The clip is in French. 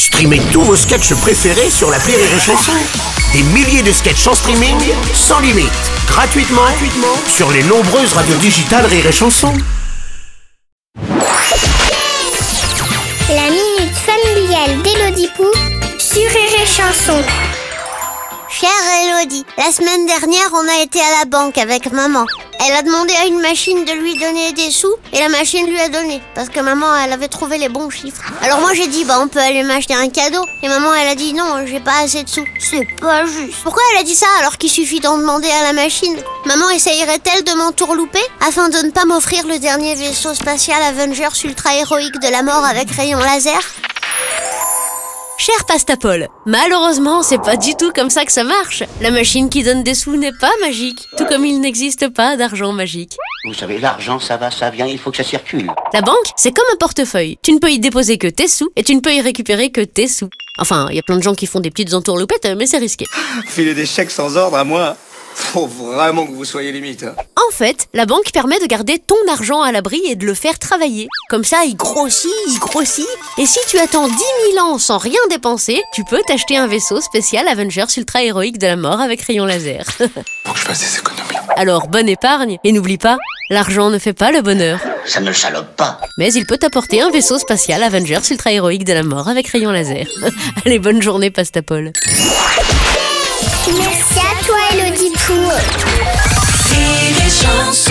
Streamez tous vos sketchs préférés sur l'appli Rire et Chanson. Des milliers de sketchs en streaming, sans limite, gratuitement sur les nombreuses radios digitales Rire et Chanson. La minute familiale d'Élodie Pou sur Rire et Chanson. Chère Élodie, la semaine dernière, on a été à la banque avec maman. Elle a demandé à une machine de lui donner des sous et la machine lui a donné parce que maman, elle avait trouvé les bons chiffres. Alors moi, j'ai dit, on peut aller m'acheter un cadeau. Et maman, elle a dit, non, j'ai pas assez de sous. C'est pas juste. Pourquoi elle a dit ça alors qu'il suffit d'en demander à la machine? Maman essayerait-elle de m'entourlouper afin de ne pas m'offrir le dernier vaisseau spatial Avengers ultra-héroïque de la mort avec rayon laser? Cher Pastapol, malheureusement, c'est pas du tout comme ça que ça marche. La machine qui donne des sous n'est pas magique, tout comme il n'existe pas d'argent magique. Vous savez, l'argent, ça va, ça vient, il faut que ça circule. La banque, c'est comme un portefeuille. Tu ne peux y déposer que tes sous et tu ne peux y récupérer que tes sous. Enfin, il y a plein de gens qui font des petites entourloupettes, mais c'est risqué. Filer des chèques sans ordre à moi, faut vraiment que vous soyez limite. En fait, la banque permet de garder ton argent à l'abri et de le faire travailler. Comme ça, il grossit. Et si tu attends 10 000 ans sans rien dépenser, tu peux t'acheter un vaisseau spécial Avengers ultra-héroïque de la mort avec rayon laser. Faut que je fasse des économies. Alors, bonne épargne. Et n'oublie pas, l'argent ne fait pas le bonheur. Ça ne salope pas. Mais il peut t'apporter un vaisseau spatial Avengers ultra-héroïque de la mort avec rayon laser. Allez, bonne journée, Pastapol. Merci à toi, Élodie Pou. Rire et Chanson.